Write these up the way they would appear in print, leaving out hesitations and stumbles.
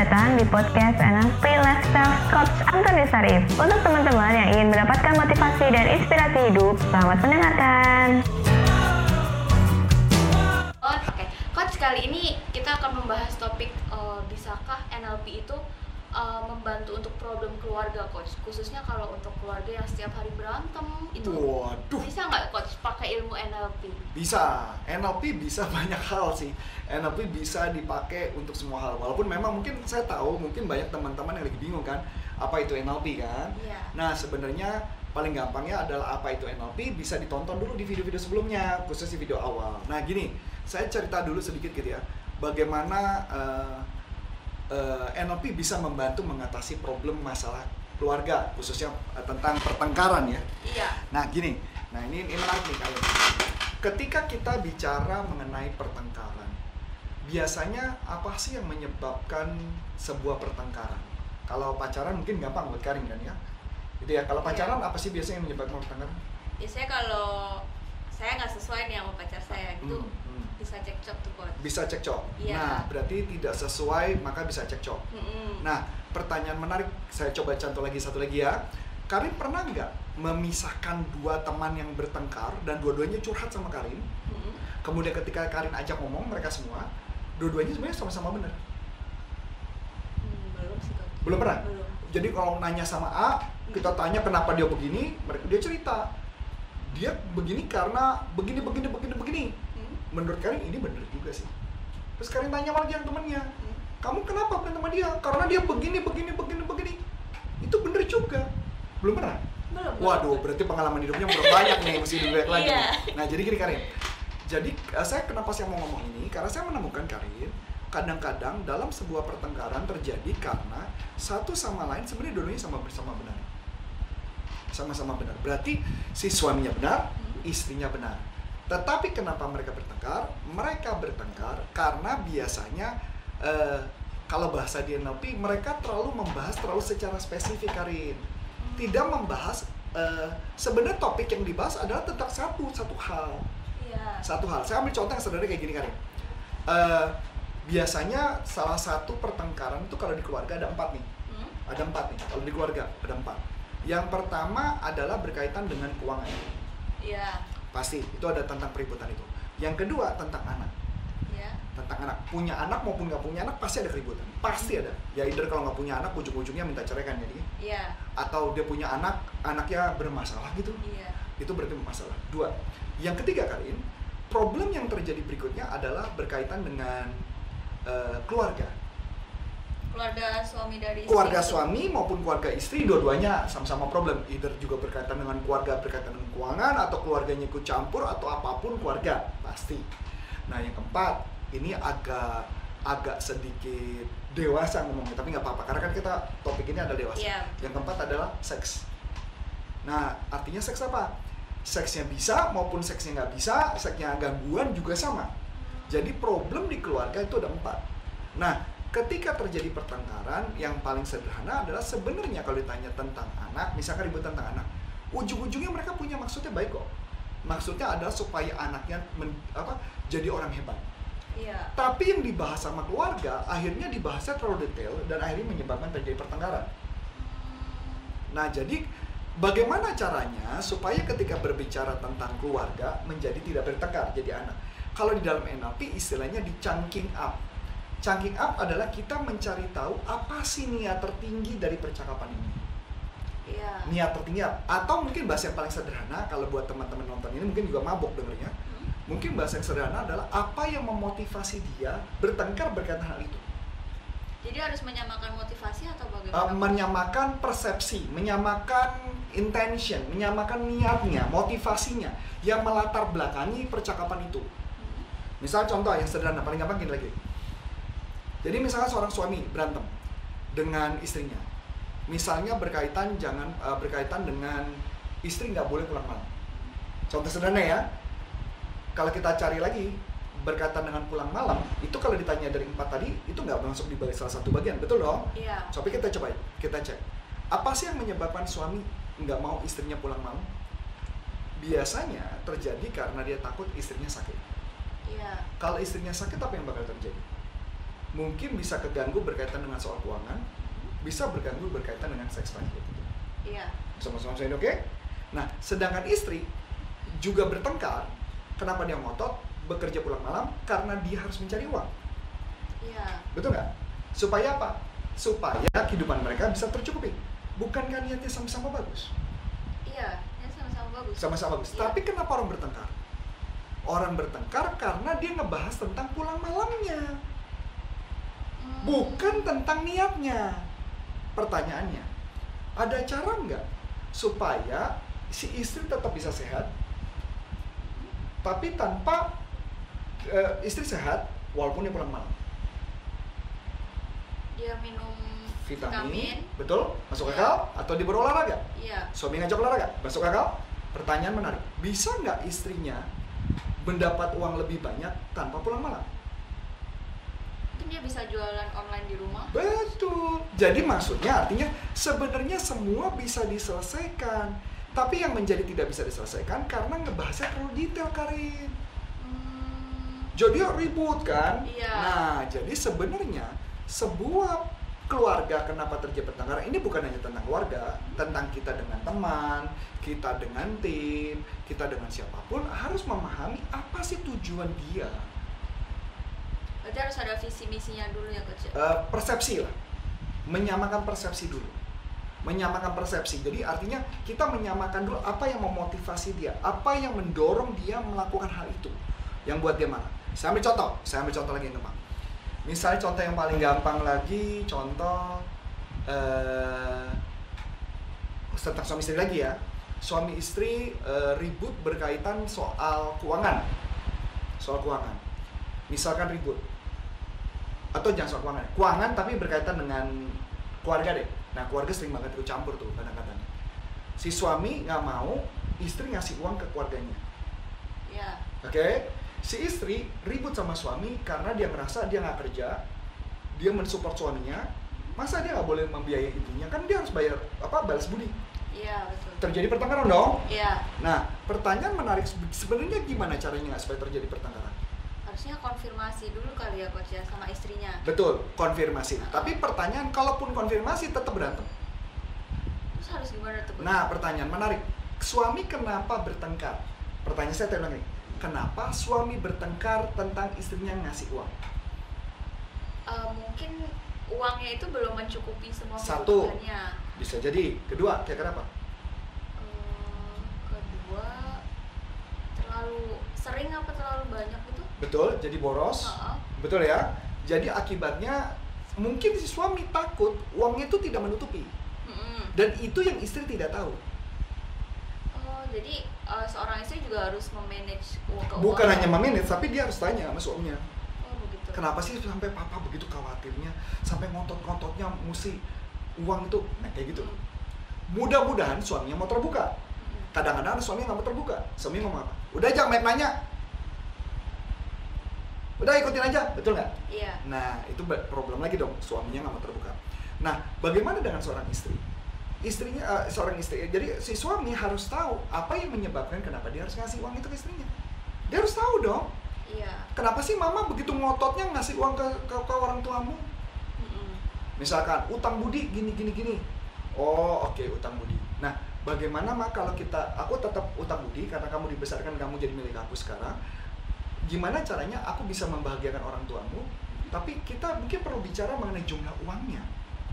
datang di podcast NLP Lifestyle Coach Antoni Sarif. Untuk teman-teman yang ingin mendapatkan motivasi dan inspirasi hidup, selamat mendengarkan. Oke, Coach, kali ini kita akan membahas topik bisakah NLP itu membantu untuk problem keluarga, Coach, khususnya kalau untuk keluarga yang setiap hari berantem itu. Waduh. Bisa nggak, Coach, pakai ilmu NLP? Bisa, NLP bisa banyak hal sih. NLP bisa dipakai untuk semua hal. Walaupun memang mungkin saya tahu mungkin banyak teman-teman yang lagi bingung kan, apa itu NLP kan? Iya. Nah, sebenarnya paling gampangnya adalah apa itu NLP bisa ditonton dulu di video-video sebelumnya, khususnya video awal. Nah, gini, saya cerita dulu sedikit gitu ya. Bagaimana NLP bisa membantu mengatasi problem masalah keluarga, khususnya tentang pertengkaran ya. Iya. Nah gini, ini menarik nih kalian. Ketika kita bicara mengenai pertengkaran, biasanya apa sih yang menyebabkan sebuah pertengkaran? Kalau pacaran mungkin gampang buat Karin kan ya? Gitu ya, kalau pacaran apa sih biasanya yang menyebabkan pertengkaran? Biasanya kalau saya nggak sesuai nih sama pacar saya gitu, bisa cekcok tuh, Coach. Bisa cekcok. Iya. Nah, berarti tidak sesuai maka bisa cekcok. Nah, pertanyaan menarik, saya coba contoh lagi satu lagi ya. Karin pernah nggak memisahkan dua teman yang bertengkar dan dua-duanya curhat sama Karin? Kemudian ketika Karin ajak ngomong mereka semua, dua-duanya sebenarnya sama-sama benar. Belum sih, Coach. Belum pernah? Belum. Jadi kalau nanya sama A, kita tanya kenapa dia begini, dia cerita. Dia begini karena begini. Menurut Karin ini benar juga sih. Terus Karin tanya lagi yang temannya, kamu kenapa bukan sama dia? Karena dia begini. Itu benar juga. Belum pernah? Belum. Waduh, berarti pengalaman hidupnya udah banyak nih, mesti dilihat lagi. Iya. Nah, jadi gini Karin. Jadi kenapa saya mau ngomong ini? Karena saya menemukan Karin, kadang-kadang dalam sebuah pertengkaran terjadi karena satu sama lain sebenarnya dua-duanya sama-sama benar. Sama-sama benar. Berarti si suaminya benar, istrinya benar. Tetapi kenapa mereka bertengkar? Mereka bertengkar karena biasanya kalau bahasa di NLP mereka membahas terlalu secara spesifik, Karin. Tidak membahas sebenarnya topik yang dibahas adalah tentang satu hal. Iya. Satu hal. Saya ambil contoh yang sederhana kayak gini, Karin. Biasanya salah satu pertengkaran itu kalau di keluarga ada 4 nih. Ada 4 nih. Kalau di keluarga ada 4. Yang pertama adalah berkaitan dengan keuangan. Iya. Pasti, itu ada tentang peributan itu. Yang kedua tentang anak. Iya. Tentang anak. Punya anak maupun nggak punya anak pasti ada keributan. Pasti ada. Ya either kalau nggak punya anak ujung-ujungnya minta cerai kan jadi. Iya. Atau dia punya anak, anaknya bermasalah gitu. Iya. Itu berarti bermasalah. 2. Yang ketiga, Karin, problem yang terjadi berikutnya adalah berkaitan dengan keluarga. Keluarga suami dari istri. Keluarga suami maupun keluarga istri dua-duanya sama-sama problem. Either juga berkaitan dengan keluarga, berkaitan dengan keuangan, atau keluarganya ikut campur, atau apapun keluarga, pasti. Nah, yang keempat, ini agak sedikit dewasa ngomongnya, tapi nggak apa-apa, karena kan kita topik ini adalah dewasa. Iya. Yang keempat adalah seks. Nah, artinya seks apa? Seksnya bisa maupun seksnya nggak bisa, seksnya gangguan juga sama. Jadi problem di keluarga itu ada 4. Nah, ketika terjadi pertengkaran, yang paling sederhana adalah sebenarnya kalau ditanya tentang anak, misalkan ribut tentang anak, ujung-ujungnya mereka punya maksudnya baik kok. Maksudnya adalah supaya anaknya jadi orang hebat. Iya. Tapi yang dibahas sama keluarga, akhirnya dibahasnya terlalu detail dan akhirnya menyebabkan terjadi pertengkaran. Nah, jadi bagaimana caranya supaya ketika berbicara tentang keluarga menjadi tidak bertengkar, jadi anak? Kalau di dalam NLP istilahnya di chunking up. Chunking up adalah kita mencari tahu apa sih niat tertinggi dari percakapan ini. Iya. Niat tertinggi apa? Atau mungkin bahasa yang paling sederhana, kalau buat teman-teman nonton ini mungkin juga mabok dengernya. Mungkin bahasa yang sederhana adalah apa yang memotivasi dia bertengkar berkaitan hal itu. Jadi harus menyamakan motivasi atau bagaimana? Menyamakan persepsi, menyamakan intention, menyamakan niatnya, motivasinya yang melatar belakangi percakapan itu. Misal contoh yang sederhana, paling gampang gini lagi. Jadi misalnya seorang suami berantem dengan istrinya. Misalnya berkaitan dengan istri nggak boleh pulang malam. Contoh sederhana ya. Kalau kita cari lagi berkaitan dengan pulang malam, itu kalau ditanya dari 4 tadi, itu nggak masuk di salah satu bagian, betul dong? Iya. Coba kita cek. Apa sih yang menyebabkan suami nggak mau istrinya pulang malam? Biasanya terjadi karena dia takut istrinya sakit. Iya. Kalau istrinya sakit, apa yang bakal terjadi? mungkin bisa keganggu berkaitan dengan soal keuangan, bisa berganggu berkaitan dengan seks life. Iya. Sama-sama saya oke? Nah, sedangkan istri juga bertengkar. Kenapa dia ngotot bekerja pulang malam? Karena dia harus mencari uang. Iya. Betul nggak? Supaya apa? Supaya kehidupan mereka bisa tercukupi. Bukankah niatnya sama-sama bagus? Iya, ya sama-sama bagus. Sama-sama bagus. Iya. Tapi kenapa orang bertengkar? Orang bertengkar karena dia ngebahas tentang pulang malamnya, bukan tentang niatnya. Pertanyaannya, ada cara nggak supaya si istri tetap bisa sehat, tapi tanpa istri sehat walaupun dia pulang malam? Dia minum Vitamin, betul? Masuk Iya. akal? Atau dia berolahraga? Iya. Suami ngajak olahraga? Masuk akal? Pertanyaan menarik, bisa nggak istrinya mendapat uang lebih banyak tanpa pulang malam? Mungkin dia bisa jualan online di rumah. Betul. Jadi maksudnya artinya sebenarnya semua bisa diselesaikan. Tapi yang menjadi tidak bisa diselesaikan karena ngebahasnya terlalu detail, Karin. Jadi ribut kan? Iya. Nah, jadi sebenarnya sebuah keluarga kenapa terjadi pertengkaran ini bukan hanya tentang keluarga, tentang kita dengan teman, kita dengan tim, kita dengan siapapun harus memahami apa sih tujuan dia. Berarti harus ada visi misinya dulu ya Coach. Persepsi lah, menyamakan persepsi dulu, menyamakan persepsi. Jadi artinya kita menyamakan dulu apa yang memotivasi dia, apa yang mendorong dia melakukan hal itu, yang buat dia marah. Saya ambil contoh lagi yang gampang. Misalnya contoh yang paling gampang lagi, contoh tentang suami istri lagi ya. Suami istri ribut berkaitan soal keuangan. Misalkan ribut. Atau jangan soal keuangan. Keuangan tapi berkaitan dengan keluarga deh. Nah, keluarga sering banget ikut campur tuh kadang-kadang. Si suami nggak mau istri ngasih uang ke keluarganya. Iya. Oke? Si istri ribut sama suami karena dia ngerasa dia nggak kerja, dia mensupport suaminya, masa dia nggak boleh membiayai ibunya? Kan dia harus bayar balas budi. Iya, betul. Terjadi pertengkaran dong. Iya. Nah, pertanyaan menarik sebenarnya gimana caranya nggak supaya terjadi pertengkaran? Harusnya konfirmasi dulu kali ya Coach ya sama istrinya. Betul, konfirmasi. Tapi pertanyaan, kalaupun konfirmasi tetap berantem. Terus harus gimana tuh Coach? Nah, pertanyaan menarik. Suami kenapa bertengkar? Pertanyaan saya ulang nih. Kenapa suami bertengkar tentang istrinya ngasih uang? Mungkin uangnya itu belum mencukupi semua Satu. kebutuhannya. Bisa jadi. Kedua, kira-kira apa? Kedua, terlalu sering apa terlalu banyak itu? Betul, jadi boros. Betul ya? Jadi akibatnya mungkin si suami takut uangnya itu tidak menutupi. Dan itu yang istri tidak tahu. Jadi seorang istri juga harus memanage keuangan. Bukan hanya memanage, tapi dia harus tanya sama suaminya. Oh begitu. Kenapa sih sampai papa begitu khawatirnya, sampai ngotot-ngototnya mesti uang itu, nah kayak gitu. Mudah-mudahan suaminya mau terbuka. Kadang-kadang suaminya nggak mau terbuka. Suami ngomong apa? Udah jangan banyak nanya. Udah ikutin aja, betul nggak? Iya. Nah itu problem lagi dong, suaminya nggak mau terbuka. Nah bagaimana dengan seorang istri? Seorang istri, jadi si suami harus tahu apa yang menyebabkan kenapa dia harus ngasih uang itu ke istrinya. Dia harus tahu dong. Iya. Kenapa sih mama begitu ngototnya ngasih uang ke orang tuamu? Misalkan utang budi gini. Oh oke, utang budi. Nah bagaimana kalau aku tetap utang budi karena kamu dibesarkan, kamu jadi milik aku sekarang. Gimana caranya aku bisa membahagiakan orang tuamu? Tapi kita mungkin perlu bicara mengenai jumlah uangnya.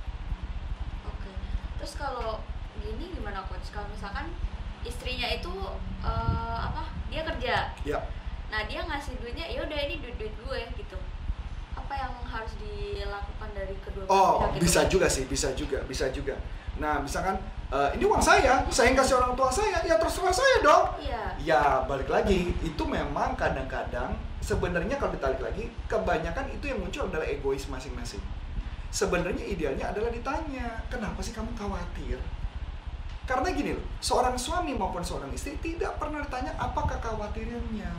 Terus kalau gini gimana Coach? Kalau misalkan istrinya itu dia kerja. Ya. Nah, dia ngasih duitnya, ya udah ini duit gue gitu. Apa yang harus dilakukan dari kedua pihak? Bisa juga sih, bisa juga. Nah, misalkan ini uang saya yang kasih orang tua saya, ya terserah saya dong. Iya. Ya, balik lagi, itu memang kadang-kadang sebenarnya kalau ditarik lagi, kebanyakan itu yang muncul adalah egois masing-masing. Sebenarnya idealnya adalah ditanya, kenapa sih kamu khawatir? Karena gini loh, seorang suami maupun seorang istri tidak pernah ditanya apa kekhawatirannya.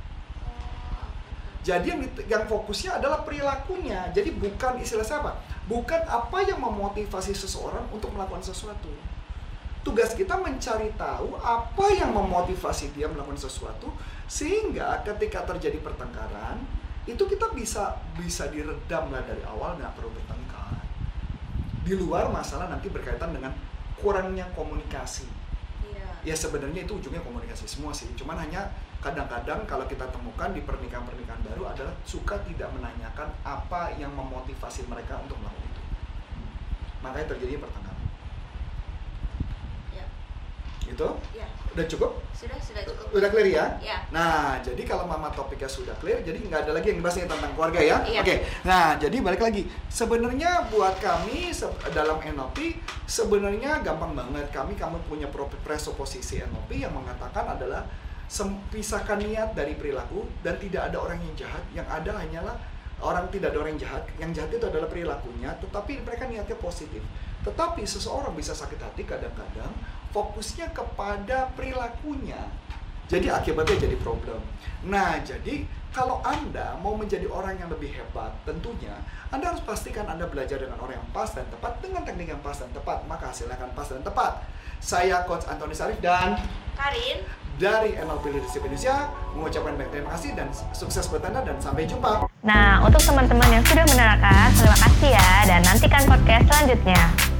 Jadi yang fokusnya adalah perilakunya. Jadi bukan istilah siapa, bukan apa yang memotivasi seseorang untuk melakukan sesuatu. Tugas kita mencari tahu apa yang memotivasi dia melakukan sesuatu, sehingga ketika terjadi pertengkaran, itu kita bisa diredam lah dari awal, nggak perlu bertengkar. Di luar masalah nanti berkaitan dengan kurangnya komunikasi. Ya sebenarnya itu ujungnya komunikasi semua sih. Cuman hanya kadang-kadang kalau kita temukan di pernikahan baru adalah suka tidak menanyakan apa yang memotivasi mereka untuk melakukan itu. Makanya terjadi pertengkaran. Ya. Gitu? Ya. Udah cukup? Sudah cukup. Udah clear ya? Ya. Nah, jadi kalau mama topiknya sudah clear, jadi nggak ada lagi yang dibahasnya tentang keluarga ya? Iya. Oke. Nah, jadi balik lagi. Sebenarnya buat kami dalam NLP, sebenarnya gampang banget. Kamu punya presuposisi NLP yang mengatakan adalah pisahkan niat dari perilaku dan tidak ada orang yang jahat. Yang ada hanyalah tidak ada orang yang jahat. Yang jahat itu adalah perilakunya, tetapi mereka niatnya positif. Tetapi seseorang bisa sakit hati kadang-kadang fokusnya kepada perilakunya. Jadi akibatnya jadi problem. Nah, jadi kalau Anda mau menjadi orang yang lebih hebat, tentunya Anda harus pastikan Anda belajar dengan orang yang pas dan tepat, dengan teknik yang pas dan tepat, maka hasilnya akan pas dan tepat. Saya Coach Antoni Sarif dan Karin dari NLP Leadership Indonesia mengucapkan banyak terima kasih dan sukses buat Anda dan sampai jumpa. Nah, untuk teman-teman yang sudah menerangkan, terima kasih ya, dan nantikan podcast selanjutnya.